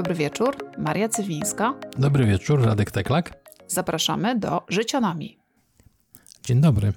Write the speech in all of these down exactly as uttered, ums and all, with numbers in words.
Dobry wieczór, Maria Cywińska. Dobry wieczór, Radek Teklak. Zapraszamy do Życionami. Dzień dobry.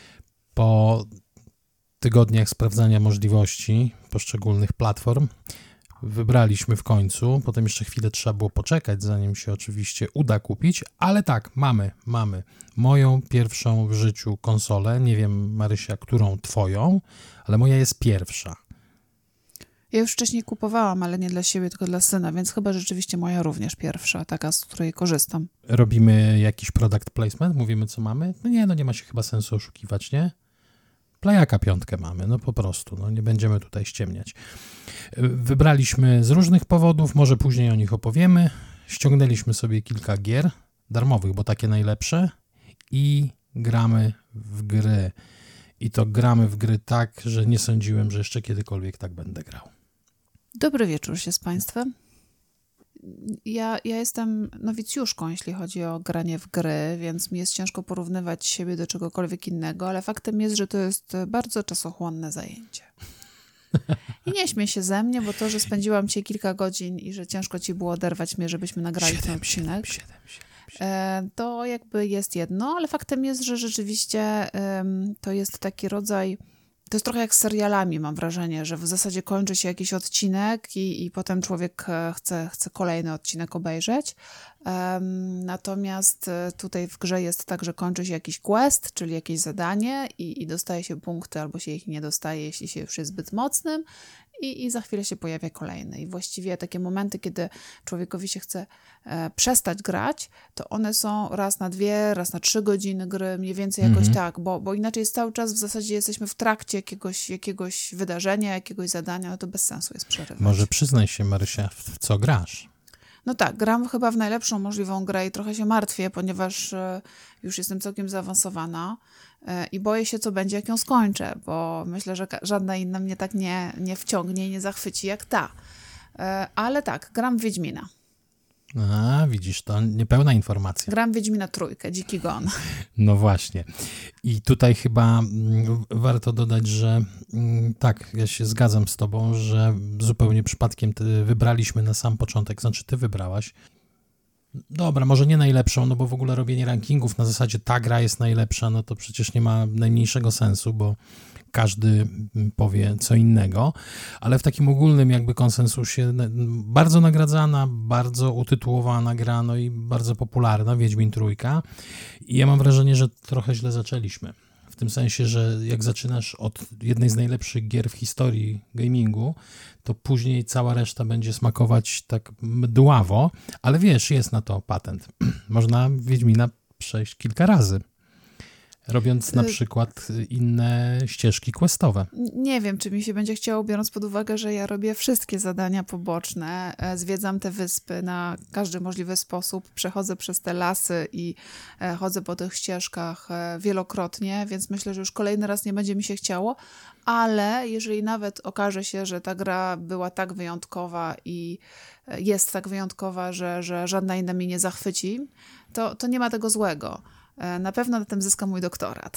Po tygodniach sprawdzania możliwości poszczególnych platform wybraliśmy w końcu, potem jeszcze chwilę trzeba było poczekać, zanim się oczywiście uda kupić, ale tak, mamy, mamy moją pierwszą w życiu konsolę, nie wiem, Marysia, którą twoją, ale moja jest pierwsza. Ja już wcześniej kupowałam, ale nie dla siebie, tylko dla syna, więc chyba rzeczywiście moja również pierwsza, taka, z której korzystam. Robimy jakiś product placement, mówimy co mamy? No nie, no nie ma się chyba sensu oszukiwać, nie? Playaka piątkę mamy, no po prostu, no nie będziemy tutaj ściemniać. Wybraliśmy z różnych powodów, może później o nich opowiemy. Ściągnęliśmy sobie kilka gier darmowych, bo takie najlepsze i gramy w gry. I to gramy w gry tak, że nie sądziłem, że jeszcze kiedykolwiek tak będę grał. Dobry wieczór się z Państwem. Ja, ja jestem nowicjuszką, jeśli chodzi o granie w gry, więc mi jest ciężko porównywać siebie do czegokolwiek innego, ale faktem jest, że to jest bardzo czasochłonne zajęcie. I nie śmiej się ze mnie, bo to, że spędziłam dzisiaj kilka godzin i że ciężko ci było oderwać mnie, żebyśmy nagrali ten odcinek, siedem, siedem, siedem. to jakby jest jedno, ale faktem jest, że rzeczywiście to jest taki rodzaj... To jest trochę jak z serialami, mam wrażenie, że w zasadzie kończy się jakiś odcinek i, i potem człowiek chce, chce kolejny odcinek obejrzeć. Um, natomiast tutaj w grze jest tak, że kończy się jakiś quest, czyli jakieś zadanie i, i dostaje się punkty, albo się ich nie dostaje, jeśli się już jest zbyt mocnym i, i za chwilę się pojawia kolejny. I właściwie takie momenty, kiedy człowiekowi się chce e, przestać grać, to one są raz na dwie, raz na trzy godziny gry, mniej więcej jakoś Mhm. tak, bo, bo inaczej jest cały czas w zasadzie jesteśmy w trakcie jakiegoś, jakiegoś wydarzenia, jakiegoś zadania, no to bez sensu jest przerywać. Może przyznaj się, Marysia, w co grasz? No tak, gram chyba w najlepszą możliwą grę i trochę się martwię, ponieważ e, już jestem całkiem zaawansowana e, i boję się, co będzie, jak ją skończę, bo myślę, że ka- żadna inna mnie tak nie, nie wciągnie i nie zachwyci jak ta. E, ale tak, gram w Wiedźmina. A, widzisz, to niepełna informacja. Gram w Wiedźmina trójkę, Dziki Gon. No właśnie. I tutaj chyba mm, warto dodać, że mm, tak, ja się zgadzam z tobą, że zupełnie przypadkiem ty wybraliśmy na sam początek, znaczy ty wybrałaś. Dobra, może nie najlepszą, no bo w ogóle robienie rankingów na zasadzie ta gra jest najlepsza, no to przecież nie ma najmniejszego sensu, bo każdy powie co innego, ale w takim ogólnym jakby konsensusie bardzo nagradzana, bardzo utytułowana gra, no i bardzo popularna, Wiedźmin Trójka. I ja mam wrażenie, że trochę źle zaczęliśmy. W tym sensie, że jak zaczynasz od jednej z najlepszych gier w historii gamingu, to później cała reszta będzie smakować tak mdławo, ale wiesz, jest na to patent. Można Wiedźmina przejść kilka razy, robiąc na przykład inne ścieżki questowe. Nie wiem, czy mi się będzie chciało, biorąc pod uwagę, że ja robię wszystkie zadania poboczne, zwiedzam te wyspy na każdy możliwy sposób, przechodzę przez te lasy i chodzę po tych ścieżkach wielokrotnie, więc myślę, że już kolejny raz nie będzie mi się chciało, ale jeżeli nawet okaże się, że ta gra była tak wyjątkowa i jest tak wyjątkowa, że, że żadna inna mnie nie zachwyci, to, to nie ma tego złego. Na pewno na tym zyska mój doktorat.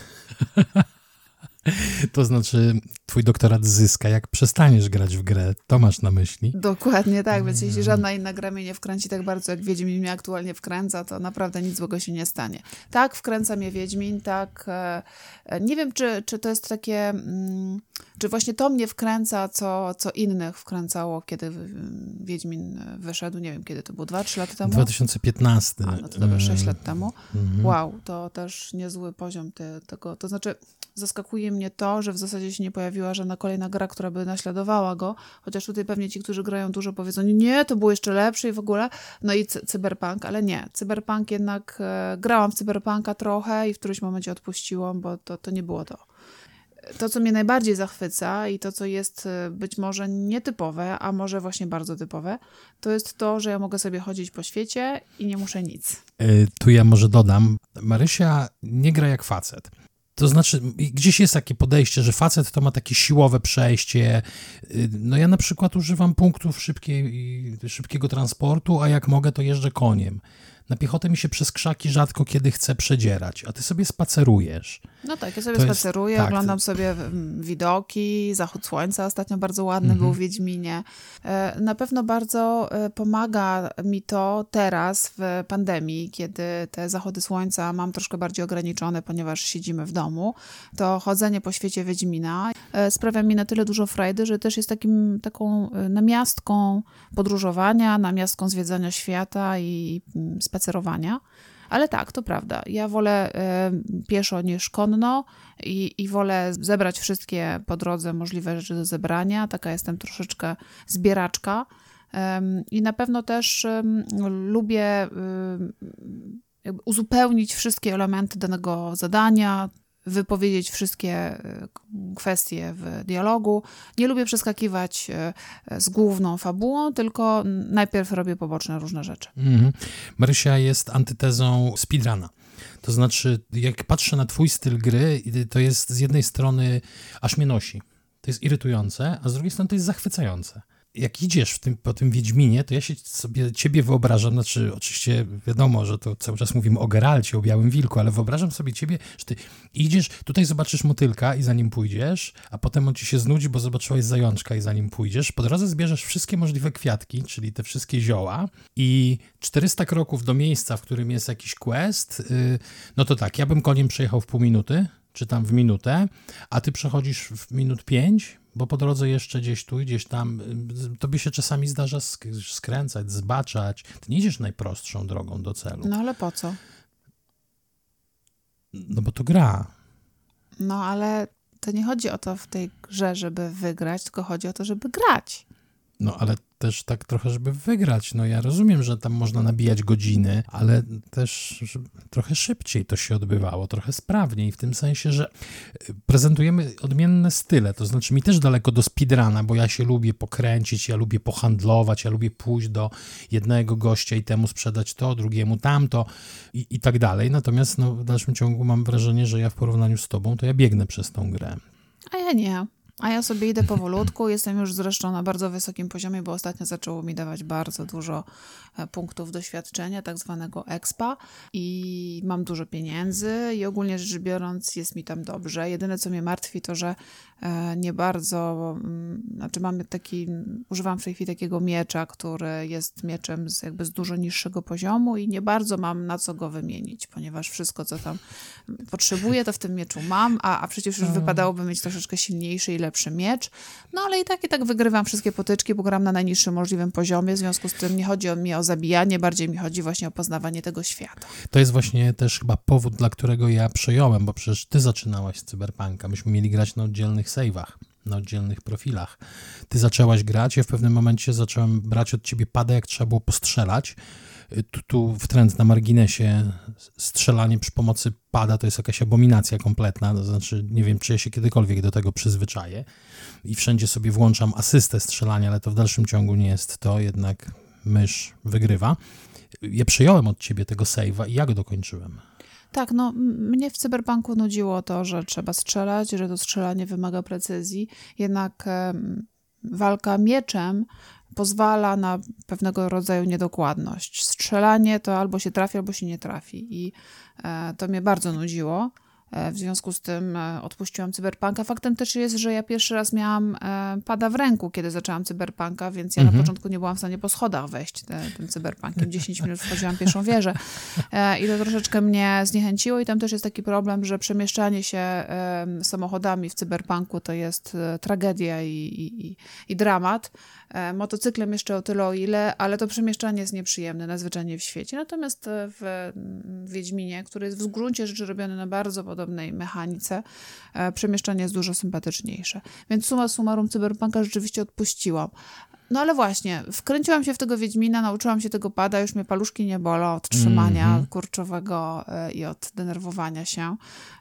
To znaczy, twój doktorat zyska, jak przestaniesz grać w grę. To masz na myśli? Dokładnie tak, więc jeśli żadna inna gra mnie nie wkręci tak bardzo, jak Wiedźmin mnie aktualnie wkręca, to naprawdę nic złego się nie stanie. Tak, wkręca mnie Wiedźmin, tak. E, nie wiem, czy, czy to jest takie, mm, czy właśnie to mnie wkręca, co, co innych wkręcało, kiedy Wiedźmin wyszedł. Nie wiem, kiedy to było, dwa, trzy lata temu? dwa tysiące piętnasty. A, no to dobra, sześć lat temu. Mhm. Wow, to też niezły poziom te, tego, to znaczy zaskakuje mnie to, że w zasadzie się nie pojawiła żadna kolejna gra, która by naśladowała go, chociaż tutaj pewnie ci, którzy grają dużo, powiedzą, nie, to było jeszcze lepsze i w ogóle, no i cy- Cyberpunk, ale nie, Cyberpunk jednak, e, grałam w Cyberpunka trochę i w którymś momencie odpuściłam, bo to, to nie było to. To, co mnie najbardziej zachwyca i to, co jest być może nietypowe, a może właśnie bardzo typowe, to jest to, że ja mogę sobie chodzić po świecie i nie muszę nic. Yy, tu ja może dodam, Marysia nie gra jak facet. To znaczy, gdzieś jest takie podejście, że facet to ma takie siłowe przejście. No ja na przykład używam punktów szybkiej, szybkiego transportu, a jak mogę, to jeżdżę koniem. Na piechotę mi się przez krzaki rzadko kiedy chce przedzierać, a ty sobie spacerujesz. No tak, ja sobie To spaceruję, jest, tak, oglądam to... sobie widoki, zachód słońca ostatnio bardzo ładny mhm. był w Wiedźminie. Na pewno bardzo pomaga mi to teraz w pandemii, kiedy te zachody słońca mam troszkę bardziej ograniczone, ponieważ siedzimy w domu. To chodzenie po świecie Wiedźmina sprawia mi na tyle dużo frajdy, że też jest takim, taką namiastką podróżowania, namiastką zwiedzania świata i spacerowania. Ale tak, to prawda. Ja wolę y, pieszo niż konno i, i wolę zebrać wszystkie po drodze możliwe rzeczy do zebrania. Taka jestem troszeczkę zbieraczka. Y, I na pewno też y, lubię y, jakby uzupełnić wszystkie elementy danego zadania, wypowiedzieć wszystkie kwestie w dialogu. Nie lubię przeskakiwać z główną fabułą, tylko najpierw robię poboczne różne rzeczy. Mm. Marysia jest antytezą speedruna. To znaczy, jak patrzę na twój styl gry, to jest z jednej strony aż mnie nosi. To jest irytujące, a z drugiej strony to jest zachwycające. Jak idziesz w tym, po tym Wiedźminie, to ja się sobie ciebie wyobrażam, znaczy oczywiście wiadomo, że to cały czas mówimy o Geralcie, o Białym Wilku, ale wyobrażam sobie ciebie, że ty idziesz, tutaj zobaczysz motylka i za nim pójdziesz, a potem on ci się znudzi, bo zobaczyłeś zajączka i za nim pójdziesz. Po drodze zbierzesz wszystkie możliwe kwiatki, czyli te wszystkie zioła i czterysta kroków do miejsca, w którym jest jakiś quest, yy, no to tak, ja bym koniem przejechał w pół minuty, czy tam w minutę, a ty przechodzisz w minut pięć, bo po drodze jeszcze gdzieś tu, gdzieś tam, tobie się czasami zdarza sk- skręcać, zbaczać. Ty nie idziesz najprostszą drogą do celu. No ale po co? No bo to gra. No ale to nie chodzi o to w tej grze, żeby wygrać, tylko chodzi o to, żeby grać. No ale też tak trochę, żeby wygrać. No ja rozumiem, że tam można nabijać godziny, ale też trochę szybciej to się odbywało, trochę sprawniej, w tym sensie, że prezentujemy odmienne style. To znaczy mi też daleko do speedruna, bo ja się lubię pokręcić, ja lubię pohandlować, ja lubię pójść do jednego gościa i temu sprzedać to, drugiemu tamto i, i tak dalej. Natomiast no, w dalszym ciągu mam wrażenie, że ja w porównaniu z tobą, to ja biegnę przez tą grę. A ja nie. A ja sobie idę powolutku, jestem już zresztą na bardzo wysokim poziomie, bo ostatnio zaczęło mi dawać bardzo dużo punktów doświadczenia, tak zwanego expa i mam dużo pieniędzy i ogólnie rzecz biorąc jest mi tam dobrze. Jedyne co mnie martwi to, że nie bardzo, znaczy mamy taki, używam w tej chwili takiego miecza, który jest mieczem z jakby z dużo niższego poziomu i nie bardzo mam na co go wymienić, ponieważ wszystko co tam potrzebuję to w tym mieczu mam, a, a przecież już wypadałoby mieć troszeczkę silniejszy i lepszy miecz. No ale i tak i tak wygrywam wszystkie potyczki, bo gram na najniższym możliwym poziomie, w związku z tym nie chodzi o mnie o zabijanie, bardziej mi chodzi właśnie o poznawanie tego świata. To jest właśnie też chyba powód, dla którego ja przejąłem, bo przecież ty zaczynałaś z Cyberpunka. Myśmy mieli grać na oddzielnych save'ach, na oddzielnych profilach. Ty zaczęłaś grać, ja w pewnym momencie zacząłem brać od ciebie pada, jak trzeba było postrzelać. Tu, tu w trend na marginesie strzelanie przy pomocy pada to jest jakaś abominacja kompletna, to znaczy nie wiem, czy ja się kiedykolwiek do tego przyzwyczaję i wszędzie sobie włączam asystę strzelania, ale to w dalszym ciągu nie jest to, jednak mysz wygrywa. Ja przejąłem od ciebie tego save'a i ja go dokończyłem. Tak, no mnie w Cyberpunku nudziło to, że trzeba strzelać, że to strzelanie wymaga precyzji, jednak e, walka mieczem pozwala na pewnego rodzaju niedokładność. Strzelanie to albo się trafi, albo się nie trafi i e, to mnie bardzo nudziło. W związku z tym odpuściłam Cyberpunka. Faktem też jest, że ja pierwszy raz miałam pada w ręku, kiedy zaczęłam Cyberpunka, więc ja mhm. na początku nie byłam w stanie po schodach wejść te, tym Cyberpunkiem. dziesięć minut wchodziłam pierwszą wieżę i to troszeczkę mnie zniechęciło i tam też jest taki problem, że przemieszczanie się samochodami w Cyberpunku to jest tragedia i, i, i dramat. Motocyklem jeszcze o tyle o ile, ale to przemieszczanie jest nieprzyjemne, najzwyczajniej w świecie. Natomiast w Wiedźminie, który jest w gruncie rzeczy robiony na bardzo podobnej mechanice, przemieszczanie jest dużo sympatyczniejsze. Więc summa summarum Cyberpunka rzeczywiście odpuściłam. No ale właśnie, wkręciłam się w tego Wiedźmina, nauczyłam się tego pada, już mnie paluszki nie bolą od trzymania mm-hmm. kurczowego i od denerwowania się.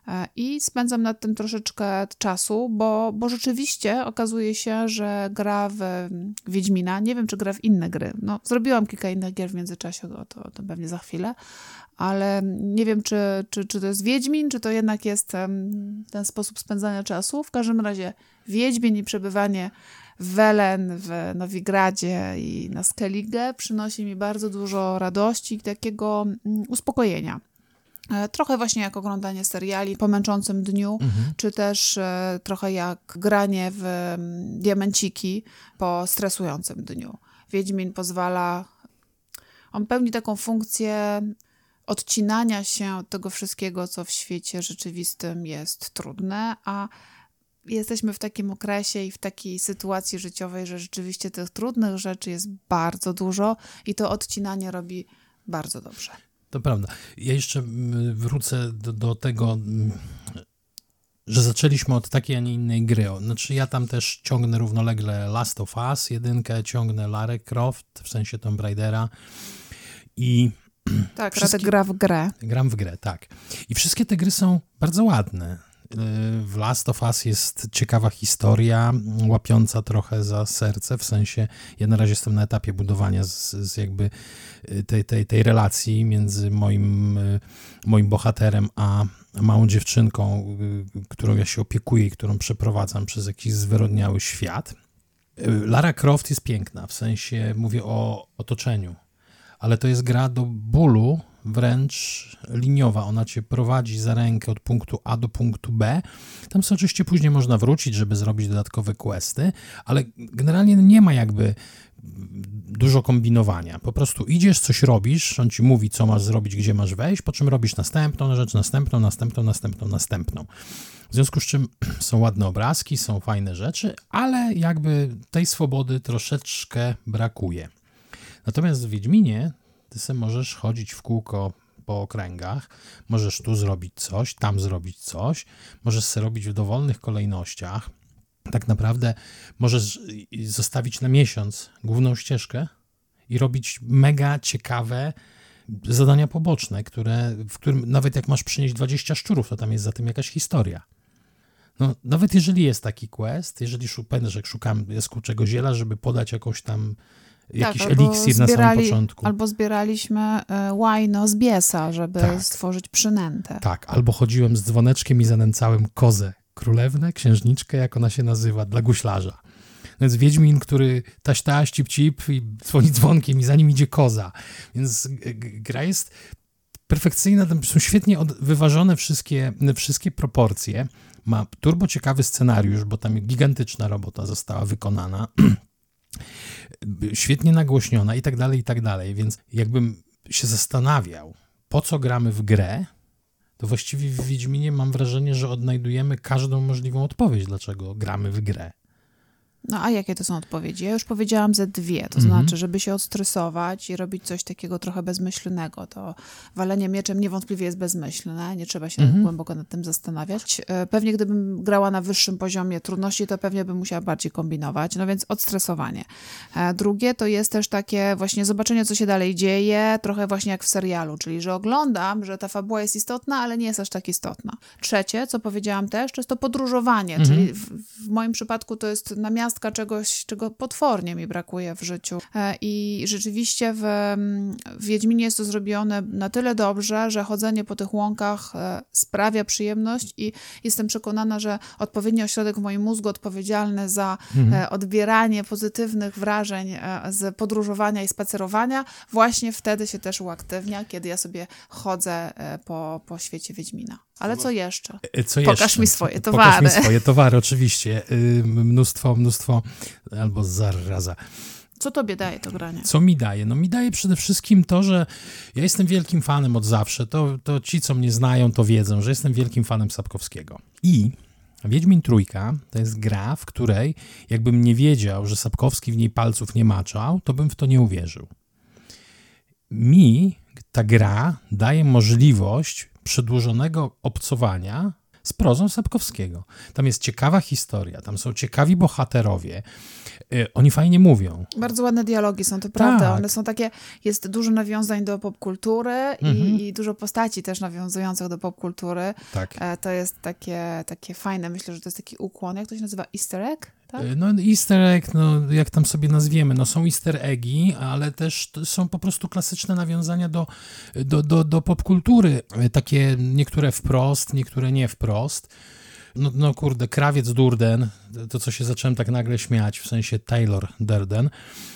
I spędzam nad tym troszeczkę czasu, bo, bo rzeczywiście okazuje się, że gra w Wiedźmina, nie wiem czy gra w inne gry, no zrobiłam kilka innych gier w międzyczasie, to, to pewnie za chwilę, ale nie wiem czy, czy, czy to jest Wiedźmin, czy to jednak jest ten sposób spędzania czasu. W każdym razie Wiedźmin i przebywanie Welen w Nowigradzie i na Skellige przynosi mi bardzo dużo radości i takiego uspokojenia. Trochę właśnie jak oglądanie seriali po męczącym dniu, mhm. czy też e, trochę jak granie w m, diamenciki po stresującym dniu. Wiedźmin pozwala, on pełni taką funkcję odcinania się od tego wszystkiego, co w świecie rzeczywistym jest trudne, a jesteśmy w takim okresie i w takiej sytuacji życiowej, że rzeczywiście tych trudnych rzeczy jest bardzo dużo i to odcinanie robi bardzo dobrze. To prawda. Ja jeszcze wrócę do, do tego, że zaczęliśmy od takiej, a nie innej gry. Znaczy ja tam też ciągnę równolegle Last of Us, jedynkę, ciągnę Lara Croft, w sensie Tomb Raidera i tak, Radek gra w grę. Gram w grę, tak. I wszystkie te gry są bardzo ładne. W Last of Us jest ciekawa historia, łapiąca trochę za serce, w sensie ja na razie jestem na etapie budowania z, z jakby tej, tej, tej relacji między moim, moim bohaterem a małą dziewczynką, którą ja się opiekuję i którą przeprowadzam przez jakiś zwyrodniały świat. Lara Croft jest piękna, w sensie mówię o otoczeniu, ale to jest gra do bólu, wręcz liniowa. Ona cię prowadzi za rękę od punktu A do punktu B. Tam sobie oczywiście później można wrócić, żeby zrobić dodatkowe questy, ale generalnie nie ma jakby dużo kombinowania. Po prostu idziesz, coś robisz, on ci mówi, co masz zrobić, gdzie masz wejść, po czym robisz następną rzecz, następną, następną, następną, następną. W związku z czym są ładne obrazki, są fajne rzeczy, ale jakby tej swobody troszeczkę brakuje. Natomiast w Wiedźminie ty sobie możesz chodzić w kółko po okręgach, możesz tu zrobić coś, tam zrobić coś, możesz sobie robić w dowolnych kolejnościach. Tak naprawdę możesz zostawić na miesiąc główną ścieżkę i robić mega ciekawe zadania poboczne, które, w którym nawet jak masz przynieść dwadzieścia szczurów, to tam jest za tym jakaś historia. No, nawet jeżeli jest taki quest, jeżeli pamiętasz, jak szukam jaskółczego ziela, żeby podać jakąś tam jakiś tak, eliksir na samym początku. Albo zbieraliśmy łajno z biesa, żeby tak. stworzyć przynętę. Tak, albo chodziłem z dzwoneczkiem i zanęcałem kozę, królewnę, księżniczkę, jak ona się nazywa, dla guślarza. Więc Wiedźmin, który taś taś, cip cip i dzwoni dzwonkiem i za nim idzie koza. Więc gra jest perfekcyjna, tam są świetnie od, wyważone wszystkie, wszystkie proporcje. Ma turbo ciekawy scenariusz, bo tam gigantyczna robota została wykonana. Świetnie nagłośniona i tak dalej, i tak dalej. Więc jakbym się zastanawiał, po co gramy w grę, to właściwie w Wiedźminie mam wrażenie, że odnajdujemy każdą możliwą odpowiedź, dlaczego gramy w grę. No a jakie to są odpowiedzi? Ja już powiedziałam ze dwie, to mm-hmm. znaczy, żeby się odstresować i robić coś takiego trochę bezmyślnego, to walenie mieczem niewątpliwie jest bezmyślne, nie trzeba się mm-hmm. głęboko nad tym zastanawiać. Pewnie gdybym grała na wyższym poziomie trudności, to pewnie bym musiała bardziej kombinować, no więc odstresowanie. Drugie to jest też takie właśnie zobaczenie, co się dalej dzieje, trochę właśnie jak w serialu, czyli że oglądam, że ta fabuła jest istotna, ale nie jest aż tak istotna. Trzecie, co powiedziałam też, to jest to podróżowanie, mm-hmm. czyli w, w moim przypadku to jest namiastka czegoś, czego potwornie mi brakuje w życiu. I rzeczywiście w, w Wiedźminie jest to zrobione na tyle dobrze, że chodzenie po tych łąkach sprawia przyjemność i jestem przekonana, że odpowiedni ośrodek w moim mózgu odpowiedzialny za mhm. odbieranie pozytywnych wrażeń z podróżowania i spacerowania właśnie wtedy się też uaktywnia, kiedy ja sobie chodzę po, po świecie Wiedźmina. Ale co jeszcze? Co Pokaż jeszcze? mi swoje towary. Pokaż mi swoje towary, oczywiście. Mnóstwo, mnóstwo, albo zaraza. Co tobie daje to granie? Co mi daje? No mi daje przede wszystkim to, że ja jestem wielkim fanem od zawsze. To, to ci, co mnie znają, to wiedzą, że jestem wielkim fanem Sapkowskiego. I Wiedźmin Trójka to jest gra, w której jakbym nie wiedział, że Sapkowski w niej palców nie maczał, to bym w to nie uwierzył. Mi ta gra daje możliwość przedłużonego obcowania z prozą Sapkowskiego. Tam jest ciekawa historia, tam są ciekawi bohaterowie, yy, oni fajnie mówią. Bardzo ładne dialogi są, to prawda. Tak. One są takie, jest dużo nawiązań do popkultury mhm. i, i dużo postaci też nawiązujących do popkultury. Tak. E, to jest takie, takie fajne, myślę, że to jest taki ukłon, jak to się nazywa, easter egg? Tak? No easter egg, no jak tam sobie nazwiemy, no są easter eggi, ale też są po prostu klasyczne nawiązania do, do, do, do popkultury. Takie niektóre wprost, niektóre nie wprost. No, no kurde, Krawiec Durden, to co się zacząłem tak nagle śmiać, w sensie Taylor Durden,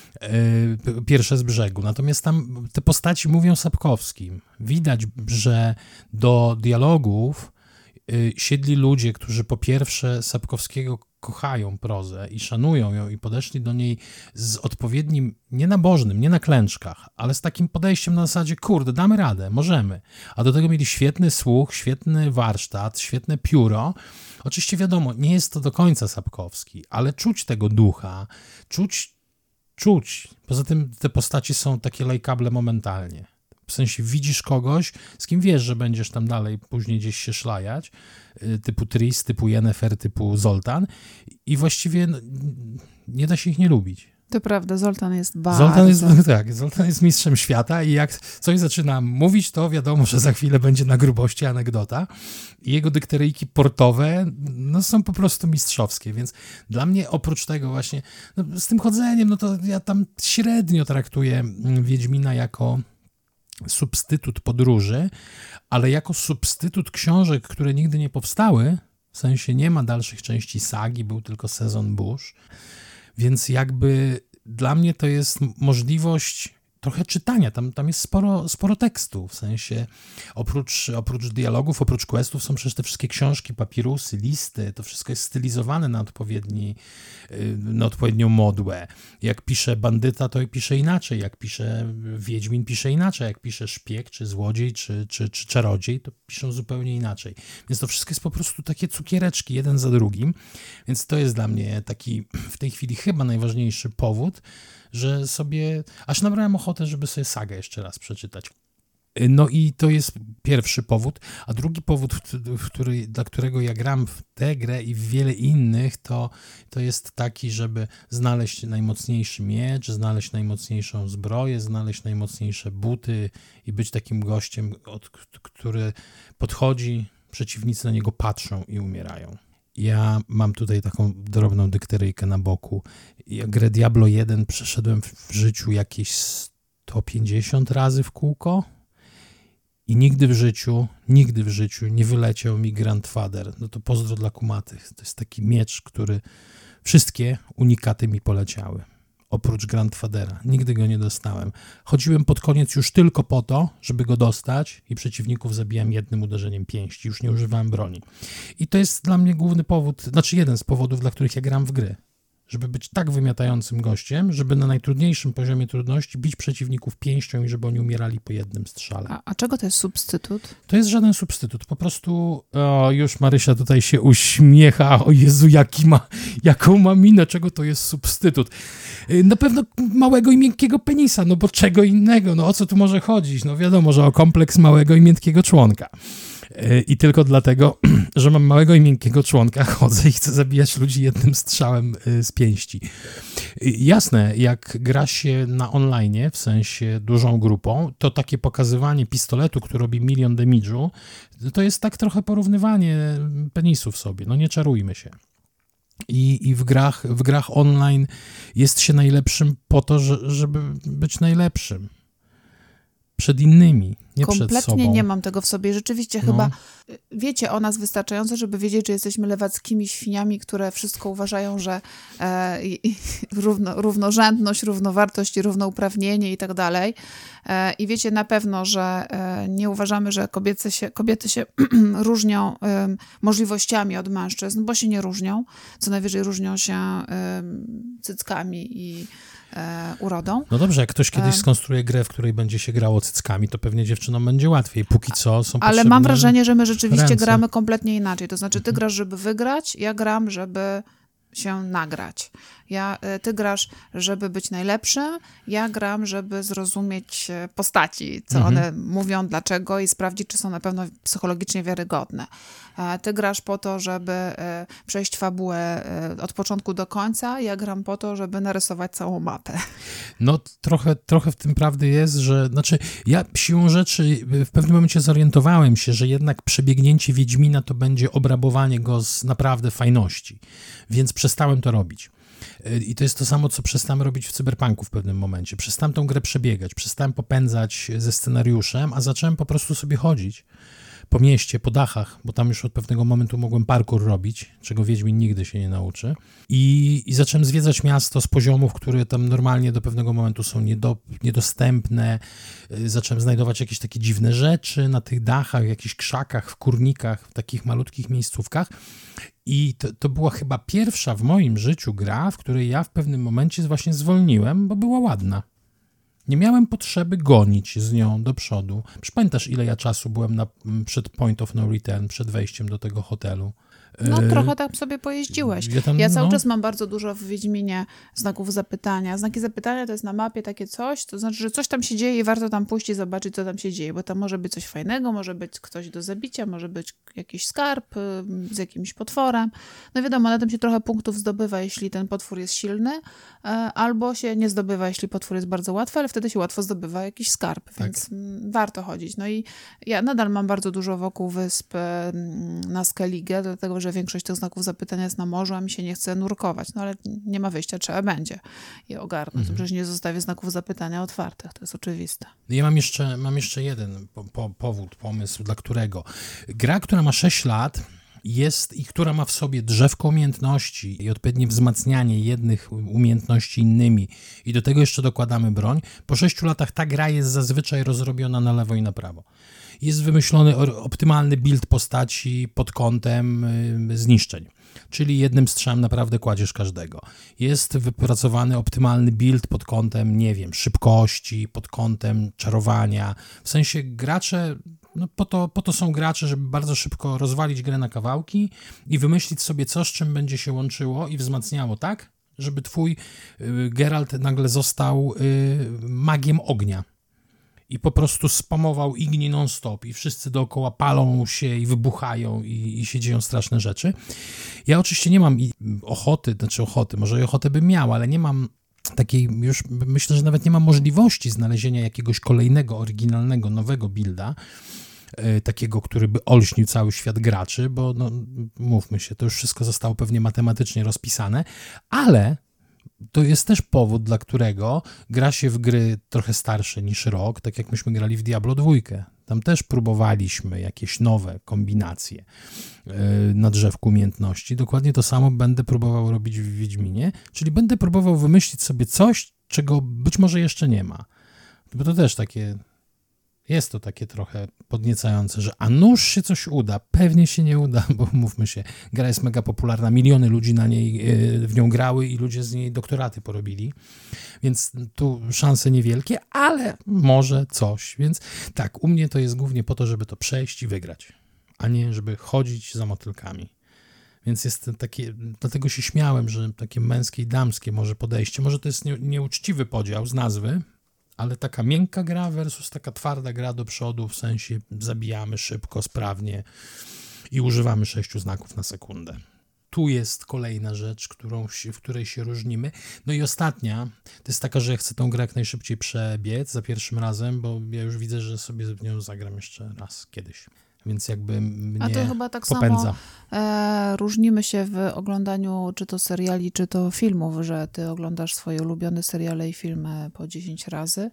yy, Pierwsze z brzegu. Natomiast tam te postaci mówią Sapkowskim. Widać, że do dialogów yy, siedli ludzie, którzy po pierwsze Sapkowskiego kochają prozę i szanują ją i podeszli do niej z odpowiednim, nie nabożnym, nie na klęczkach, ale z takim podejściem na zasadzie, kurde, damy radę, możemy. A do tego mieli świetny słuch, świetny warsztat, świetne pióro. Oczywiście wiadomo, nie jest to do końca Sapkowski, ale czuć tego ducha, czuć, czuć. Poza tym te postaci są takie lajkable momentalnie. W sensie widzisz kogoś, z kim wiesz, że będziesz tam dalej później gdzieś się szlajać, typu Tris, typu Yennefer, typu Zoltan i właściwie no, nie da się ich nie lubić. To prawda, Zoltan jest bardzo... Zoltan jest, tak, Zoltan jest mistrzem świata i jak coś zaczyna mówić, to wiadomo, że za chwilę będzie na grubości anegdota. I jego dykteryjki portowe no, są po prostu mistrzowskie, więc dla mnie oprócz tego właśnie, no, z tym chodzeniem, no to ja tam średnio traktuję Wiedźmina jako substytut podróży, ale jako substytut książek, które nigdy nie powstały, w sensie nie ma dalszych części sagi, był tylko sezon burz, więc jakby dla mnie to jest możliwość trochę czytania, tam, tam jest sporo, sporo tekstu, w sensie oprócz, oprócz dialogów, oprócz questów są przecież te wszystkie książki, papirusy, listy, to wszystko jest stylizowane na odpowiedni, na odpowiednią modłę. Jak pisze bandyta, to pisze inaczej, jak pisze wiedźmin, pisze inaczej, jak pisze szpieg, czy złodziej, czy, czy, czy czarodziej, to piszą zupełnie inaczej. Więc to wszystko jest po prostu takie cukiereczki, jeden za drugim, więc to jest dla mnie taki w tej chwili chyba najważniejszy powód, że sobie, aż nabrałem ochotę, żeby sobie sagę jeszcze raz przeczytać. No i to jest pierwszy powód, a drugi powód, który, dla którego ja gram w tę grę i w wiele innych, to, to jest taki, żeby znaleźć najmocniejszy miecz, znaleźć najmocniejszą zbroję, znaleźć najmocniejsze buty i być takim gościem, od, który podchodzi, przeciwnicy na niego patrzą i umierają. Ja mam tutaj taką drobną dykteryjkę na boku. Ja grę Diablo jeden przeszedłem w życiu jakieś sto pięćdziesiąt razy w kółko i nigdy w życiu, nigdy w życiu nie wyleciał mi Grandfather. No to pozdro dla kumatych. To jest taki miecz, który wszystkie unikaty mi poleciały. Oprócz Grandfathera. Nigdy go nie dostałem. Chodziłem pod koniec już tylko po to, żeby go dostać i przeciwników zabijałem jednym uderzeniem pięści. Już nie używałem broni. I to jest dla mnie główny powód, znaczy jeden z powodów, dla których ja gram w gry. Żeby być tak wymiatającym gościem, żeby na najtrudniejszym poziomie trudności bić przeciwników pięścią i żeby oni umierali po jednym strzale. A, a czego to jest substytut? To jest żaden substytut. Po prostu, o, już Marysia tutaj się uśmiecha. O Jezu, jaki ma, jaką ma minę, czego to jest substytut. Na pewno małego i miękkiego penisa, no bo czego innego, no o co tu może chodzić? No wiadomo, że o kompleks małego i miękkiego członka. I tylko dlatego, że mam małego i miękkiego członka, chodzę i chcę zabijać ludzi jednym strzałem z pięści. Jasne, jak gra się na online, w sensie dużą grupą, to takie pokazywanie pistoletu, który robi milion damage'u, to jest tak trochę porównywanie penisów sobie, no nie czarujmy się. I, i w, grach, w grach online jest się najlepszym po to, że, żeby być najlepszym. Przed innymi, nie przed sobą. Kompletnie nie mam tego w sobie. Rzeczywiście no. Chyba wiecie o nas wystarczająco, żeby wiedzieć, że jesteśmy lewackimi świniami, które wszystko uważają, że e, i, równo, równorzędność, równowartość i równouprawnienie i tak dalej. E, I wiecie na pewno, że e, nie uważamy, że kobiety się, kobiety się różnią e, możliwościami od mężczyzn, bo się nie różnią. Co najwyżej różnią się e, cyckami i e, urodą. No dobrze, jak ktoś kiedyś skonstruuje grę, w której będzie się grało cyckami, to pewnie dziewczynom będzie łatwiej. Póki co są Ale mam wrażenie, że my rzeczywiście ręce. gramy kompletnie inaczej. To znaczy, ty grasz, żeby wygrać, ja gram, żeby się nagrać. Ja, ty grasz, żeby być najlepszym, ja gram, żeby zrozumieć postaci, co mhm. one mówią, dlaczego i sprawdzić, czy są na pewno psychologicznie wiarygodne. Ty grasz po to, żeby przejść fabułę od początku do końca, ja gram po to, żeby narysować całą mapę. No trochę, trochę w tym prawdy jest, że znaczy ja siłą rzeczy w pewnym momencie zorientowałem się, że jednak przebiegnięcie Wiedźmina to będzie obrabowanie go z naprawdę fajności, więc przestałem to robić. I to jest to samo, co przestałem robić w Cyberpunku w pewnym momencie. Przestałem tą grę przebiegać, przestałem popędzać ze scenariuszem, a zacząłem po prostu sobie chodzić. po mieście, po dachach, bo tam już od pewnego momentu mogłem parkour robić, czego Wiedźmin nigdy się nie nauczy. I, i zacząłem zwiedzać miasto z poziomów, które tam normalnie do pewnego momentu są niedo, niedostępne. Zacząłem znajdować jakieś takie dziwne rzeczy na tych dachach, w jakichś krzakach, w kurnikach, w takich malutkich miejscówkach. I to, to była chyba pierwsza w moim życiu gra, w której ja w pewnym momencie właśnie zwolniłem, bo była ładna. Nie miałem potrzeby gonić z nią do przodu. Pamiętasz, ile ja czasu byłem na, przed Point of No Return, przed wejściem do tego hotelu? No trochę tam sobie pojeździłeś. Ja, tam, ja cały no... czas mam bardzo dużo w Wiedźminie znaków zapytania. Znaki zapytania to jest na mapie takie coś, to znaczy, że coś tam się dzieje i warto tam pójść i zobaczyć, co tam się dzieje, bo tam może być coś fajnego, może być ktoś do zabicia, może być jakiś skarb z jakimś potworem. No wiadomo, na tym się trochę punktów zdobywa, jeśli ten potwór jest silny, albo się nie zdobywa, jeśli potwór jest bardzo łatwy, ale wtedy się łatwo zdobywa jakiś skarb, tak. Więc warto chodzić. No i ja nadal mam bardzo dużo wokół wysp na Skellige, dlatego, że większość tych znaków zapytania jest na morzu, a mi się nie chce nurkować. No ale nie ma wyjścia, trzeba będzie je ogarnąć. Mhm. Przecież nie zostawię znaków zapytania otwartych, to jest oczywiste. Ja mam jeszcze, mam jeszcze jeden po, po, powód, pomysł, dla którego. Gra, która ma sześć lat jest i która ma w sobie drzewko umiejętności i odpowiednie wzmacnianie jednych umiejętności innymi i do tego jeszcze dokładamy broń, po sześciu latach ta gra jest zazwyczaj rozrobiona na lewo i na prawo. Jest wymyślony optymalny build postaci pod kątem zniszczeń, czyli jednym strzałem naprawdę kładziesz każdego. Jest wypracowany optymalny build pod kątem, nie wiem, szybkości, pod kątem czarowania. W sensie gracze, no po to, po to są gracze, żeby bardzo szybko rozwalić grę na kawałki i wymyślić sobie coś, z czym będzie się łączyło i wzmacniało tak, żeby twój y, Geralt nagle został y, magiem ognia. I po prostu spamował igni non-stop i wszyscy dookoła palą się i wybuchają i, i się dzieją straszne rzeczy. Ja oczywiście nie mam ochoty, znaczy ochoty, może i ochotę bym miał, ale nie mam takiej, już myślę, że nawet nie mam możliwości znalezienia jakiegoś kolejnego, oryginalnego, nowego builda, yy, takiego, który by olśnił cały świat graczy, bo no, mówmy się, to już wszystko zostało pewnie matematycznie rozpisane, ale to jest też powód, dla którego gra się w gry trochę starsze niż rok, tak jak myśmy grali w Diablo dwa. Tam też próbowaliśmy jakieś nowe kombinacje yy, na drzewku umiejętności. Dokładnie to samo będę próbował robić w Wiedźminie, czyli będę próbował wymyślić sobie coś, czego być może jeszcze nie ma. Bo to też takie... Jest to takie trochę podniecające, że a nuż się coś uda, pewnie się nie uda, bo mówmy się, gra jest mega popularna, miliony ludzi na niej, w nią grały i ludzie z niej doktoraty porobili, więc tu szanse niewielkie, ale może coś, więc tak, u mnie to jest głównie po to, żeby to przejść i wygrać, a nie żeby chodzić za motylkami. Więc jest takie, dlatego się śmiałem, że takie męskie i damskie może podejście, może to jest nie, nieuczciwy podział z nazwy, ale taka miękka gra versus taka twarda gra do przodu, w sensie zabijamy szybko, sprawnie i używamy sześciu znaków na sekundę. Tu jest kolejna rzecz, którą się, w której się różnimy. No i ostatnia, to jest taka, że ja chcę tą grę jak najszybciej przebiec za pierwszym razem, bo ja już widzę, że sobie w nią zagram jeszcze raz kiedyś. Więc jakby mnie A to chyba tak popędza. samo e, różnimy się w oglądaniu czy to seriali, czy to filmów, że ty oglądasz swoje ulubione seriale i filmy po dziesięć razy.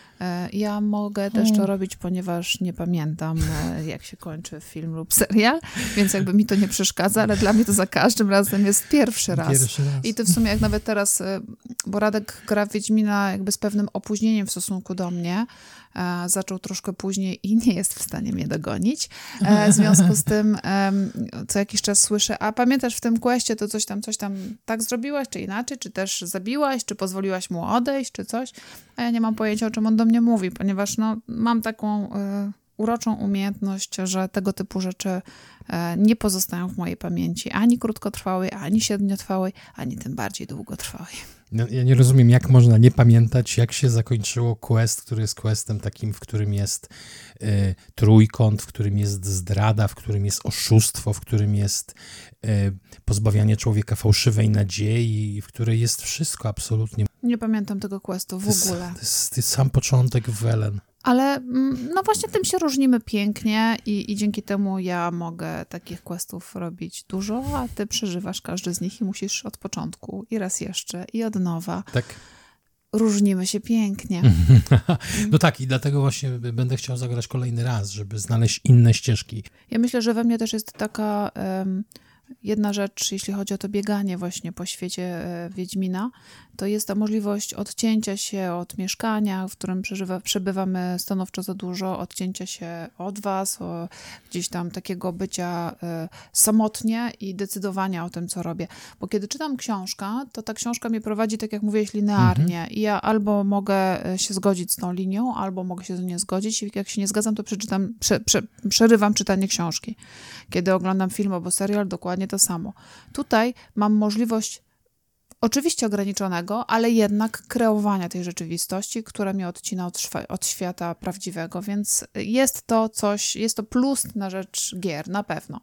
E, ja mogę też to robić, ponieważ nie pamiętam, e, jak się kończy film lub serial, więc jakby mi to nie przeszkadza, ale dla mnie to za każdym razem jest pierwszy raz. Pierwszy raz. I to w sumie jak nawet teraz, e, bo Radek gra w Wiedźmina jakby z pewnym opóźnieniem w stosunku do mnie, E, zaczął troszkę później i nie jest w stanie mnie dogonić. E, w związku z tym e, co jakiś czas słyszę, a pamiętasz w tym questie to coś tam, coś tam tak zrobiłaś, czy inaczej, czy też zabiłaś, czy pozwoliłaś mu odejść, czy coś. A ja nie mam pojęcia, o czym on do mnie mówi, ponieważ no, mam taką e, uroczą umiejętność, że tego typu rzeczy e, nie pozostają w mojej pamięci, ani krótkotrwałej, ani średniotrwałej, ani tym bardziej długotrwałej. Ja nie rozumiem, jak można nie pamiętać, jak się zakończyło quest, który jest questem takim, w którym jest y, trójkąt, w którym jest zdrada, w którym jest oszustwo, w którym jest y, pozbawianie człowieka fałszywej nadziei, w której jest wszystko absolutnie. Nie pamiętam tego questu w to jest, ogóle. To jest, to jest sam początek Welen. Ale no właśnie tym się różnimy pięknie i, i dzięki temu ja mogę takich questów robić dużo, a ty przeżywasz każdy z nich i musisz od początku i raz jeszcze i od nowa. Tak. różnimy się pięknie. No tak, i dlatego właśnie będę chciał zagrać kolejny raz, żeby znaleźć inne ścieżki. Ja myślę, że we mnie też jest taka um, jedna rzecz, jeśli chodzi o to bieganie właśnie po świecie e, Wiedźmina, to jest ta możliwość odcięcia się od mieszkania, w którym przeżywa, przebywamy stanowczo za dużo, odcięcia się od was, o, gdzieś tam takiego bycia e, samotnie i decydowania o tym, co robię. Bo kiedy czytam książkę, to ta książka mnie prowadzi, tak jak mówiłeś, linearnie. Mhm. I ja albo mogę się zgodzić z tą linią, albo mogę się z nią nie zgodzić. I jak się nie zgadzam, to przeczytam, prze, prze, przerywam czytanie książki. Kiedy oglądam film albo serial, dokładnie to samo. Tutaj mam możliwość oczywiście ograniczonego, ale jednak kreowania tej rzeczywistości, która mnie odcina od, szwa- od świata prawdziwego, więc jest to coś, jest to plus na rzecz gier, na pewno.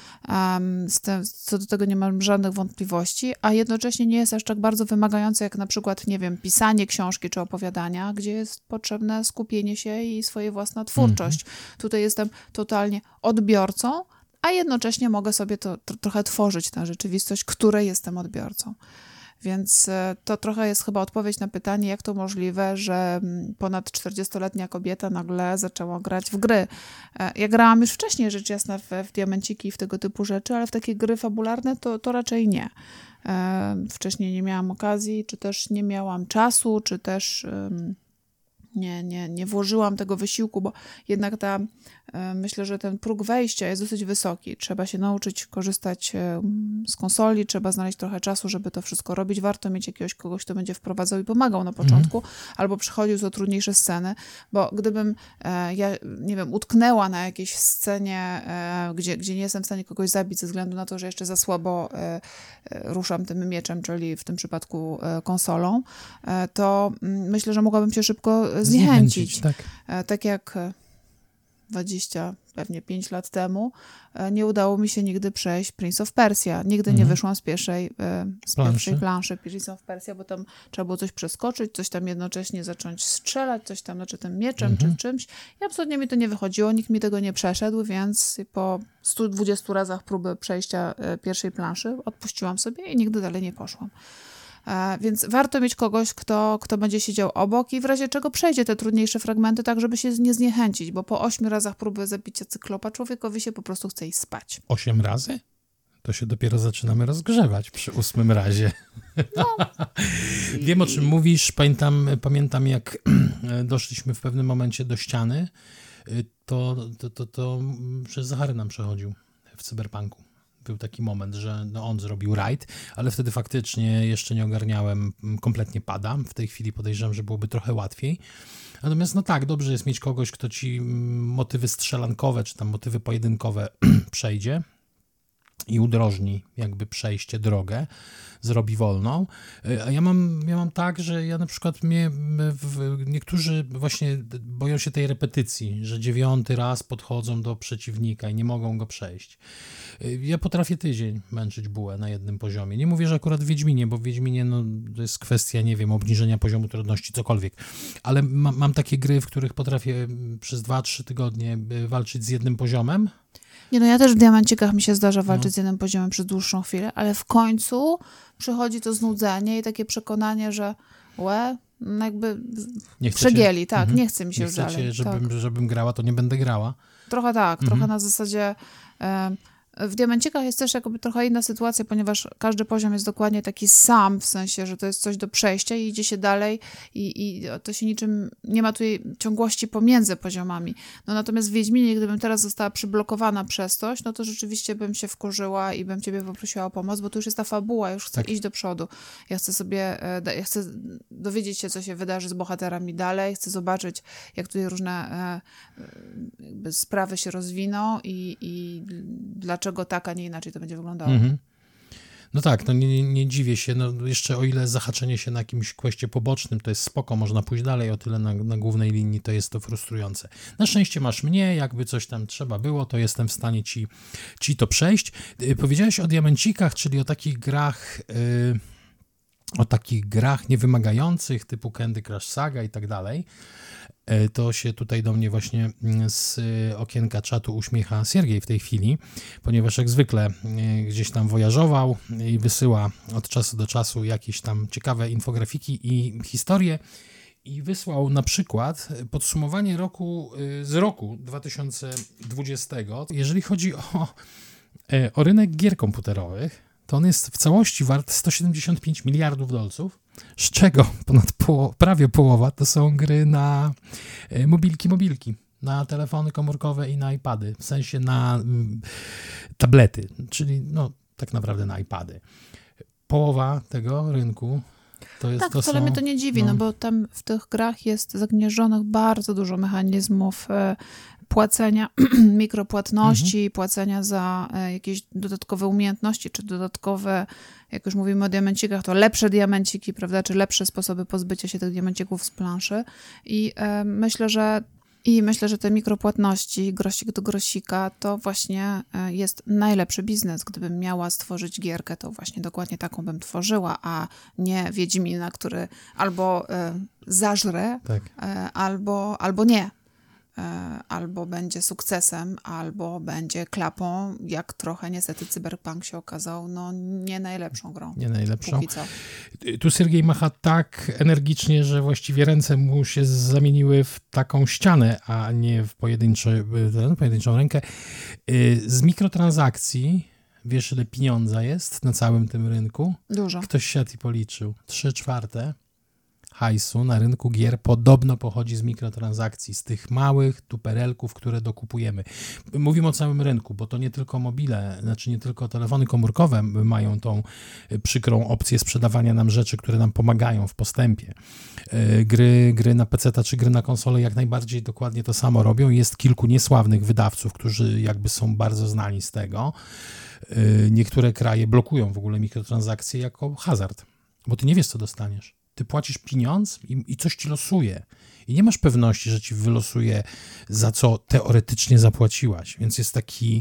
Um, z tym, co do tego nie mam żadnych wątpliwości, a jednocześnie nie jest aż tak bardzo wymagające jak na przykład, nie wiem, pisanie książki czy opowiadania, gdzie jest potrzebne skupienie się i swoja własna twórczość. Mm-hmm. Tutaj jestem totalnie odbiorcą, a jednocześnie mogę sobie to, to trochę tworzyć tę rzeczywistość, której jestem odbiorcą. Więc to trochę jest chyba odpowiedź na pytanie, jak to możliwe, że ponad czterdziestoletnia kobieta nagle zaczęła grać w gry. Ja grałam już wcześniej, rzecz jasna, w, w diamenciki i w tego typu rzeczy, ale w takie gry fabularne to, to raczej nie. Wcześniej nie miałam okazji, czy też nie miałam czasu, czy też nie, nie, nie włożyłam tego wysiłku, bo jednak ta, myślę, że ten próg wejścia jest dosyć wysoki. Trzeba się nauczyć korzystać z konsoli, trzeba znaleźć trochę czasu, żeby to wszystko robić. Warto mieć jakiegoś kogoś, kto będzie wprowadzał i pomagał na początku, mm. albo przychodził z trudniejsze sceny, bo gdybym ja, nie wiem, utknęła na jakiejś scenie, gdzie, gdzie nie jestem w stanie kogoś zabić ze względu na to, że jeszcze za słabo ruszam tym mieczem, czyli w tym przypadku konsolą, to myślę, że mogłabym się szybko zniechęcić. zniechęcić tak. tak jak dwadzieścia, pewnie pięć lat temu nie udało mi się nigdy przejść Prince of Persia. Nigdy mm. nie wyszłam z pierwszej, z planszy. pierwszej planszy Prince of Persia, bo tam trzeba było coś przeskoczyć, coś tam jednocześnie zacząć strzelać, coś tam, znaczy tym mieczem mm-hmm. czy czymś. I absolutnie mi to nie wychodziło, nikt mi tego nie przeszedł, więc po stu dwudziestu razach próby przejścia pierwszej planszy odpuściłam sobie i nigdy dalej nie poszłam. Więc warto mieć kogoś, kto, kto będzie siedział obok i w razie czego przejdzie te trudniejsze fragmenty tak, żeby się nie zniechęcić, bo po ośmiu razach próby zabicia cyklopa człowiekowi się po prostu chce iść spać. Osiem razy? To się dopiero zaczynamy rozgrzewać przy ósmym razie. No. Wiem, o czym mówisz. Pamiętam, pamiętam jak doszliśmy w pewnym momencie do ściany, to, to, to, to przez Zachary nam przechodził w Cyberpunku. Był taki moment, że no on zrobił rajd, ale wtedy faktycznie jeszcze nie ogarniałem kompletnie pada. W tej chwili podejrzewam, że byłoby trochę łatwiej. Natomiast no tak, dobrze jest mieć kogoś, kto ci motywy strzelankowe, czy tam motywy pojedynkowe przejdzie i udrożni jakby przejście, drogę, zrobi wolną. A ja mam, ja mam tak, że ja na przykład mnie, w, niektórzy właśnie boją się tej repetycji, że dziewiąty raz podchodzą do przeciwnika i nie mogą go przejść. Ja potrafię tydzień męczyć bułę na jednym poziomie. Nie mówię, że akurat w Wiedźminie, bo w Wiedźminie no, to jest kwestia, nie wiem, obniżenia poziomu trudności, cokolwiek. Ale ma, mam takie gry, w których potrafię przez dwa trzy tygodnie walczyć z jednym poziomem. Nie, no ja też w diamencikach mi się zdarza walczyć no. z jednym poziomem przez dłuższą chwilę, ale w końcu przychodzi to znudzenie i takie przekonanie, że łe, no jakby nie przegięli, tak, mhm. nie chce mi się nie już dalej. Nie chcecie, żebym, tak. żebym grała, to nie będę grała. Trochę tak, mhm. trochę na zasadzie... E, W diamencikach jest też jakby trochę inna sytuacja, ponieważ każdy poziom jest dokładnie taki sam, w sensie, że to jest coś do przejścia i idzie się dalej i, i to się niczym, nie ma tutaj ciągłości pomiędzy poziomami. No natomiast w Wiedźminie, gdybym teraz została przyblokowana przez coś, no to rzeczywiście bym się wkurzyła i bym ciebie poprosiła o pomoc, bo tu już jest ta fabuła, już chcę tak. iść do przodu. Ja chcę sobie, ja chcę dowiedzieć się, co się wydarzy z bohaterami dalej, chcę zobaczyć, jak tutaj różne jakby sprawy się rozwiną i, i dlaczego Dlaczego tak, a nie inaczej to będzie wyglądało. Mhm. No tak, no nie, nie, nie dziwię się, no jeszcze o ile zahaczenie się na jakimś questie pobocznym to jest spoko, można pójść dalej, o tyle na, na głównej linii to jest to frustrujące. Na szczęście masz mnie, jakby coś tam trzeba było, to jestem w stanie ci, ci to przejść. Yy, powiedziałeś o diamencikach, czyli o takich grach... Yy... o takich grach niewymagających typu Candy Crush Saga i tak dalej, to się tutaj do mnie właśnie z okienka czatu uśmiecha Siergiej w tej chwili, ponieważ jak zwykle gdzieś tam wojażował i wysyła od czasu do czasu jakieś tam ciekawe infografiki i historie i wysłał na przykład podsumowanie roku z roku dwa tysiące dwudziestego. Jeżeli chodzi o, o rynek gier komputerowych, to on jest w całości wart sto siedemdziesiąt pięć miliardów dolców, z czego ponad poło- prawie połowa to są gry na mobilki, mobilki, na telefony komórkowe i na iPady, w sensie na mm, tablety, czyli no tak naprawdę na iPady. Połowa tego rynku to jest... Tak, to wcale są, mnie to nie dziwi, no, no bo tam w tych grach jest zagnieżdżonych bardzo dużo mechanizmów e, płacenia, mikropłatności, mhm. płacenia za e, jakieś dodatkowe umiejętności, czy dodatkowe, jak już mówimy o diamencikach, to lepsze diamenciki, prawda, czy lepsze sposoby pozbycia się tych diamencików z planszy. I e, myślę, że I myślę, że te mikropłatności, grosik do grosika, to właśnie jest najlepszy biznes. Gdybym miała stworzyć gierkę, to właśnie dokładnie taką bym tworzyła, a nie Wiedźmina, który albo y, zażre, tak. y, albo, albo nie. Albo będzie sukcesem, albo będzie klapą, jak trochę niestety Cyberpunk się okazał, no nie najlepszą grą. Nie najlepszą. Póki co. Tu Siergiej macha tak energicznie, że właściwie ręce mu się zamieniły w taką ścianę, a nie w pojedyncze, pojedynczą rękę. Z mikrotransakcji, wiesz ile pieniądza jest na całym tym rynku? Dużo. Ktoś siadł i policzył. Trzy czwarte hajsu na rynku gier podobno pochodzi z mikrotransakcji, z tych małych tuperelków, które dokupujemy. Mówimy o całym rynku, bo to nie tylko mobile, znaczy nie tylko telefony komórkowe mają tą przykrą opcję sprzedawania nam rzeczy, które nam pomagają w postępie. Gry, gry na peceta czy gry na konsolę jak najbardziej dokładnie to samo robią. Jest kilku niesławnych wydawców, którzy jakby są bardzo znani z tego. Niektóre kraje blokują w ogóle mikrotransakcje jako hazard, bo ty nie wiesz, co dostaniesz. Ty płacisz pieniądz i, i coś ci losuje. I nie masz pewności, że ci wylosuje, za co teoretycznie zapłaciłaś. Więc jest taki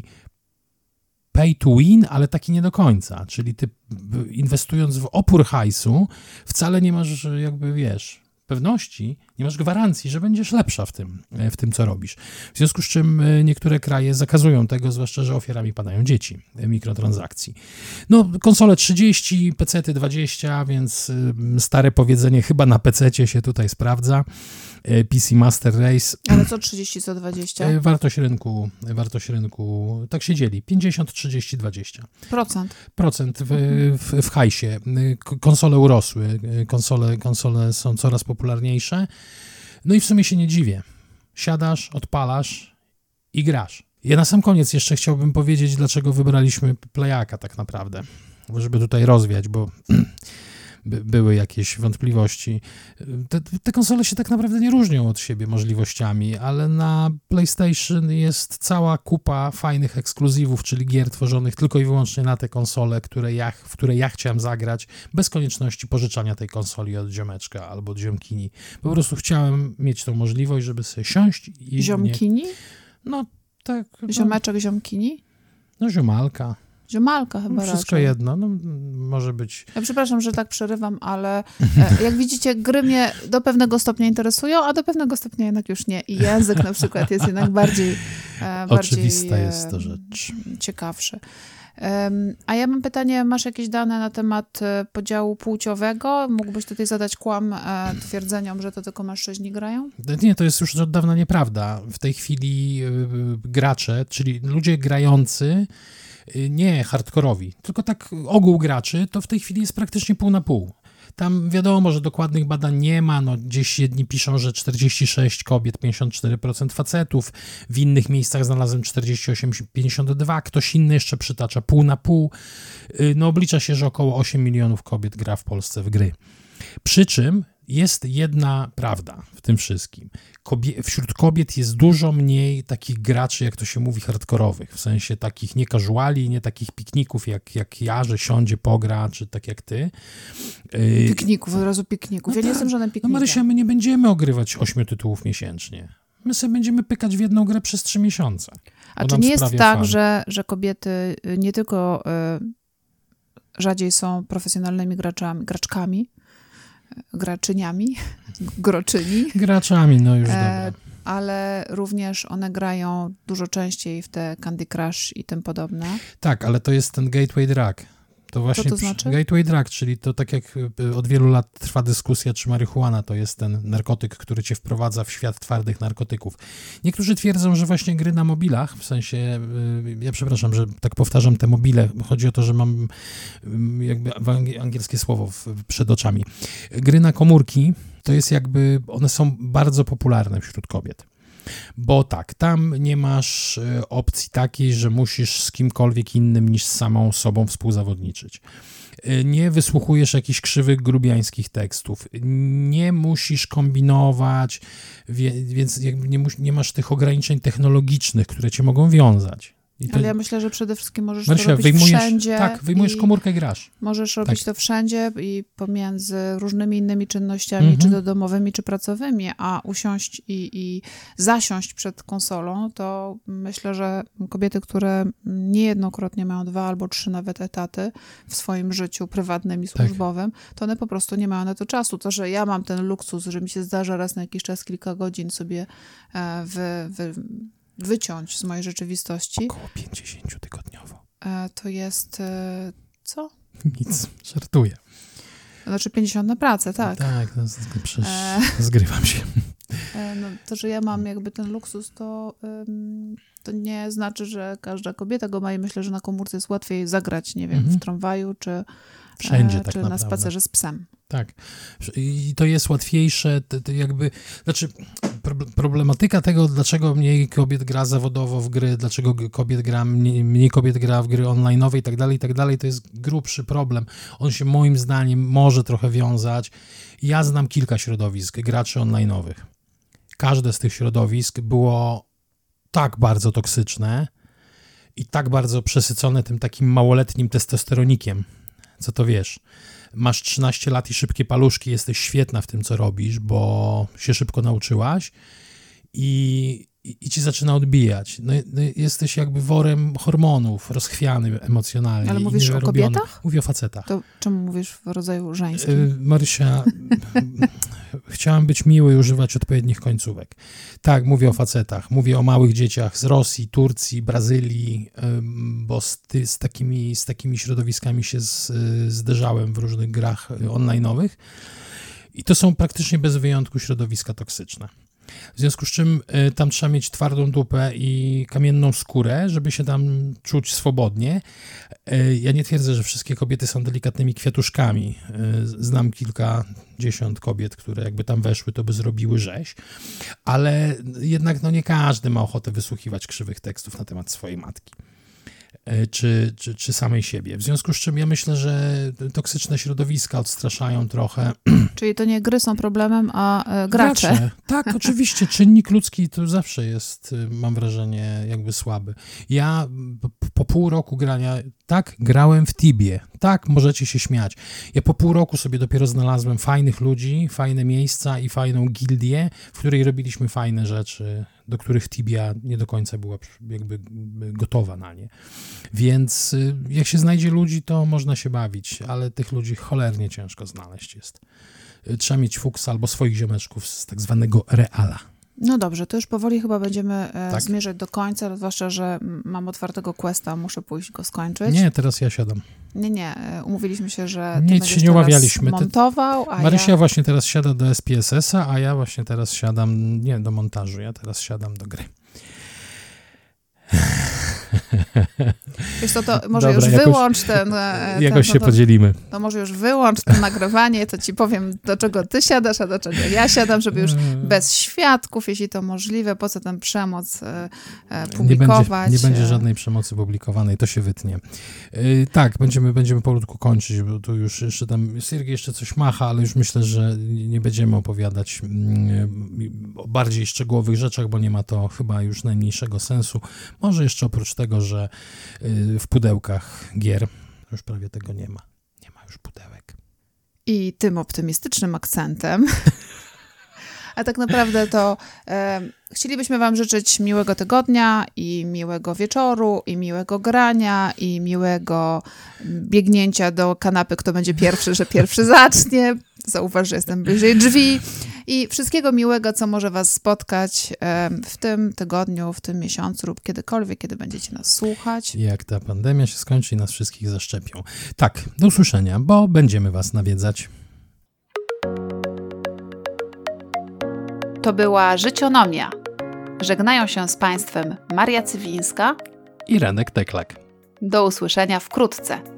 pay to win, ale taki nie do końca. Czyli ty inwestując w opór hajsu, wcale nie masz jakby, wiesz, pewności, nie masz gwarancji, że będziesz lepsza w tym, w tym, co robisz. W związku z czym niektóre kraje zakazują tego, zwłaszcza, że ofiarami padają dzieci mikrotransakcji. No, konsole trzydzieści, pecety dwadzieścia, więc stare powiedzenie chyba na pececie się tutaj sprawdza. P C Master Race. Ale co trzydzieści, co dwadzieścia? Wartość rynku, wartość rynku, tak się dzieli, pięćdziesiąt, trzydzieści, dwadzieścia. Procent. Procent w, w, w hajsie. Konsole urosły, konsole, konsole są coraz popularniejsze. No i w sumie się nie dziwię. Siadasz, odpalasz i grasz. Ja na sam koniec jeszcze chciałbym powiedzieć, dlaczego wybraliśmy Playaka tak naprawdę, żeby tutaj rozwiać, bo by, były jakieś wątpliwości. Te, te konsole się tak naprawdę nie różnią od siebie możliwościami, ale na PlayStation jest cała kupa fajnych ekskluzywów, czyli gier tworzonych tylko i wyłącznie na te konsole, które ja, w które ja chciałem zagrać, bez konieczności pożyczania tej konsoli od ziomeczka albo od ziomkini. Po prostu chciałem mieć tą możliwość, żeby sobie siąść i... Ziomkini? Nie, no tak. Ziomeczek, no, ziomkini? No ziomalka. Ziomalka chyba no, Wszystko raczej. jedno, no może być... Ja przepraszam, że tak przerywam, ale e, jak widzicie, gry mnie do pewnego stopnia interesują, a do pewnego stopnia jednak już nie. I język na przykład jest jednak bardziej e, Oczywista bardziej, jest to rzecz. E, ciekawszy. E, a ja mam pytanie, masz jakieś dane na temat podziału płciowego? Mógłbyś tutaj zadać kłam e, twierdzeniom, że to tylko mężczyźni grają? Nie, to jest już od dawna nieprawda. W tej chwili y, gracze, czyli ludzie grający, nie hardkorowi, tylko tak ogół graczy, to w tej chwili jest praktycznie pół na pół. Tam wiadomo, że dokładnych badań nie ma, no gdzieś jedni piszą, że czterdzieści sześć kobiet, pięćdziesiąt cztery procent facetów, w innych miejscach znalazłem czterdzieści osiem, pięćdziesiąt dwa, ktoś inny jeszcze przytacza pół na pół. No oblicza się, że około osiem milionów kobiet gra w Polsce w gry. Przy czym jest jedna prawda w tym wszystkim. Kobie- wśród kobiet jest dużo mniej takich graczy, jak to się mówi, hardkorowych. W sensie takich nie casuali, nie takich pikników jak, jak ja, że siądzie, pogra, czy tak jak ty. Pikników, od razu pikników. No ja tak. nie jestem żaden piknikiem. No Marysia, my nie będziemy ogrywać ośmiu tytułów miesięcznie. My sobie będziemy pykać w jedną grę przez trzy miesiące. A czy nie jest tak, że, że kobiety nie tylko... Y- rzadziej są profesjonalnymi graczami, graczkami, graczyniami, groczyni. Graczami, no już e, dobra. Ale również one grają dużo częściej w te Candy Crush i tym podobne. Tak, ale to jest ten gateway drug. To właśnie Co to znaczy? Gateway drug, czyli to tak jak od wielu lat trwa dyskusja, czy marihuana to jest ten narkotyk, który cię wprowadza w świat twardych narkotyków. Niektórzy twierdzą, że właśnie gry na mobilach, w sensie, ja przepraszam, że tak powtarzam te mobile, chodzi o to, że mam jakby angielskie słowo przed oczami. Gry na komórki to jest jakby, one są bardzo popularne wśród kobiet. Bo tak, tam nie masz opcji takiej, że musisz z kimkolwiek innym niż z samą sobą współzawodniczyć. Nie wysłuchujesz jakichś krzywych, grubiańskich tekstów. Nie musisz kombinować, więc nie, nie masz tych ograniczeń technologicznych, które cię mogą wiązać. I to... Ale ja myślę, że przede wszystkim możesz Marcia, to robić wyjmujesz, wszędzie. Tak, wyjmujesz komórkę, grasz. Możesz robić tak. to wszędzie i pomiędzy różnymi innymi czynnościami, mhm. czy to domowymi, czy pracowymi, a usiąść i, i zasiąść przed konsolą, to myślę, że kobiety, które niejednokrotnie mają dwa albo trzy nawet etaty w swoim życiu prywatnym i służbowym, tak. to one po prostu nie mają na to czasu. To, że ja mam ten luksus, że mi się zdarza raz na jakiś czas kilka godzin sobie wy, wy, wyciąć z mojej rzeczywistości. Około pięćdziesiąt tygodniowo. To jest... Co? Nic, żartuję. Znaczy pięćdziesiąt na pracę, tak. Tak, no, przecież e... zgrywam się. No, to, że ja mam jakby ten luksus, to, um, to nie znaczy, że każda kobieta go ma i myślę, że na komórce jest łatwiej zagrać, nie wiem, mm-hmm. w tramwaju, czy, Wszędzie, e, tak czy naprawdę. na spacerze z psem. Tak. I to jest łatwiejsze, to, to jakby, znaczy problematyka tego, dlaczego mniej kobiet gra zawodowo w gry, dlaczego kobiet gra, mniej, mniej kobiet gra w gry online'owe i tak dalej, i tak dalej, to jest grubszy problem. On się moim zdaniem może trochę wiązać. Ja znam kilka środowisk graczy online'owych. Każde z tych środowisk było tak bardzo toksyczne i tak bardzo przesycone tym takim małoletnim testosteronikiem. Co to wiesz? Masz trzynaście lat i szybkie paluszki, jesteś świetna w tym, co robisz, bo się szybko nauczyłaś i, i, i ci zaczyna odbijać. No, no, jesteś jakby worem hormonów, rozchwiany emocjonalnie. Ale mówisz o kobietach? Mówię o facetach. To czemu mówisz w rodzaju żeńskim? Yy, Marysia, chciałam być miły i używać odpowiednich końcówek. Tak, mówię o facetach. Mówię o małych dzieciach z Rosji, Turcji, Brazylii, yy, bo z, ty, z, takimi, z takimi środowiskami się z, yy, zderzałem w różnych grach online'owych i to są praktycznie bez wyjątku środowiska toksyczne. W związku z czym y, tam trzeba mieć twardą dupę i kamienną skórę, żeby się tam czuć swobodnie. Y, ja nie twierdzę, że wszystkie kobiety są delikatnymi kwiatuszkami. Y, znam kilkadziesiąt kobiet, które jakby tam weszły, to by zrobiły rzeź, ale jednak no nie każdy ma ochotę wysłuchiwać krzywych tekstów na temat swojej matki. Czy, czy, czy samej siebie. W związku z czym ja myślę, że toksyczne środowiska odstraszają trochę. Czyli to nie gry są problemem, a e, gracze. gracze. Tak, oczywiście. Czynnik ludzki to zawsze jest, mam wrażenie, jakby słaby. Ja po pół roku grania, tak, grałem w Tibie. Tak, możecie się śmiać. Ja po pół roku sobie dopiero znalazłem fajnych ludzi, fajne miejsca i fajną gildię, w której robiliśmy fajne rzeczy, do których Tibia nie do końca była jakby gotowa na nie. Więc jak się znajdzie ludzi, to można się bawić, ale tych ludzi cholernie ciężko znaleźć jest. Trzeba mieć fuksa albo swoich ziomeczków z tak zwanego reala. No dobrze, to już powoli chyba będziemy e, tak? zmierzać do końca, zwłaszcza, że mam otwartego questa, muszę pójść go skończyć. Nie, teraz ja siadam. Nie, nie, umówiliśmy się, że ty Nic będziesz się nie umawialiśmy. montował, a Marysia ja... właśnie teraz siada do S P S S-a, a ja właśnie teraz siadam, nie do montażu, ja teraz siadam do gry. Wiesz co, to może Dobra, już jakoś, wyłącz ten... ten jakoś no się to, podzielimy. To może już wyłącz to nagrywanie, to ci powiem, do czego ty siadasz, a do czego ja siadam, żeby już bez świadków, jeśli to możliwe, po co tę przemoc e, e, publikować. Nie będzie, nie będzie żadnej przemocy publikowanej, to się wytnie. Yy, tak, będziemy, będziemy powolutku kończyć, bo tu już jeszcze tam, Siergiej jeszcze coś macha, ale już myślę, że nie będziemy opowiadać yy, o bardziej szczegółowych rzeczach, bo nie ma to chyba już najmniejszego sensu. Może jeszcze oprócz tego, że yy, w pudełkach gier już prawie tego nie ma. Nie ma już pudełek. I tym optymistycznym akcentem A tak naprawdę to e, chcielibyśmy wam życzyć miłego tygodnia i miłego wieczoru i miłego grania i miłego biegnięcia do kanapy, kto będzie pierwszy, że pierwszy zacznie. Zauważ, że jestem bliżej drzwi. I wszystkiego miłego, co może was spotkać e, w tym tygodniu, w tym miesiącu lub kiedykolwiek, kiedy będziecie nas słuchać. I jak ta pandemia się skończy i nas wszystkich zaszczepią. Tak, do usłyszenia, bo będziemy was nawiedzać. To była Życionomia. Żegnają się z państwem Maria Cywińska i Renek Teklak. Do usłyszenia wkrótce.